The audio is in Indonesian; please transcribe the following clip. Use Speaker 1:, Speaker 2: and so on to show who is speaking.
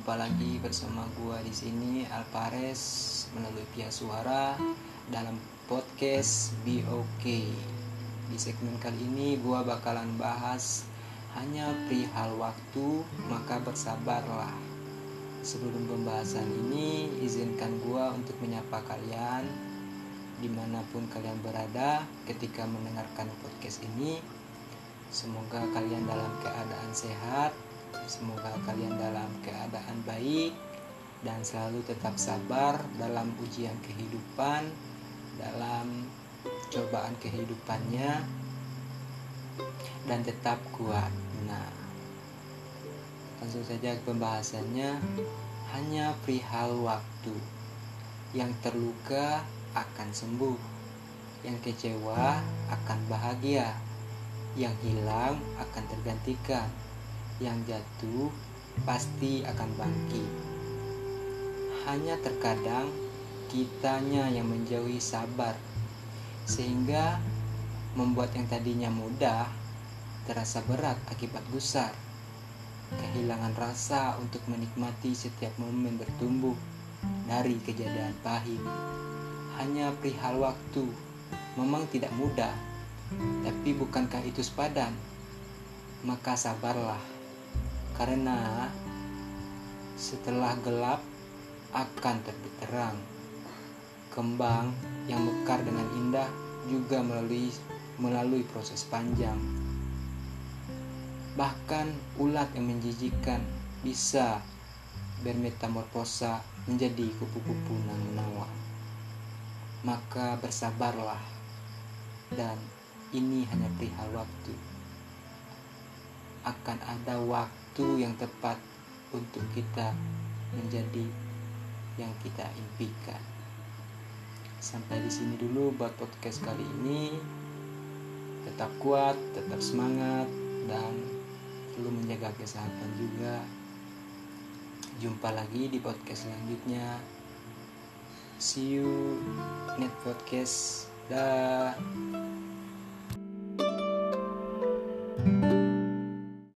Speaker 1: Jumpa lagi bersama gua di sini Alpares melalui via suara dalam podcast BOK. Di segmen kali ini gua bakalan bahas hanya perihal waktu, maka bersabarlah. Sebelum pembahasan ini, izinkan gua untuk menyapa kalian dimanapun kalian berada ketika mendengarkan podcast ini. Semoga kalian dalam keadaan sehat, semoga kalian dalam keadaan baik, dan selalu tetap sabar dalam ujian kehidupan, dalam cobaan kehidupannya, dan tetap kuat. Nah, langsung saja ke pembahasannya. Hanya perihal waktu. Yang terluka akan sembuh, yang kecewa akan bahagia, yang hilang akan tergantikan, yang jatuh pasti akan bangkit. Hanya terkadang kitanya yang menjauhi sabar, sehingga membuat yang tadinya mudah terasa berat akibat gusar. Kehilangan rasa untuk menikmati setiap momen bertumbuh dari kejadian pahit. Hanya perihal waktu, memang tidak mudah, tapi bukankah itu sepadan? Maka sabarlah, karena setelah gelap akan terbit terang. Kembang yang mekar dengan indah juga melalui proses panjang. Bahkan ulat yang menjijikkan bisa bermetamorfosa menjadi kupu-kupu nan menawan. Maka bersabarlah, dan ini hanya perihal waktu. Akan ada waktu yang tepat untuk kita menjadi yang kita impikan. Sampai di sini dulu buat podcast kali ini. Tetap kuat, tetap semangat, dan selalu menjaga kesehatan juga. Jumpa lagi di podcast selanjutnya. See you next podcast. Dah.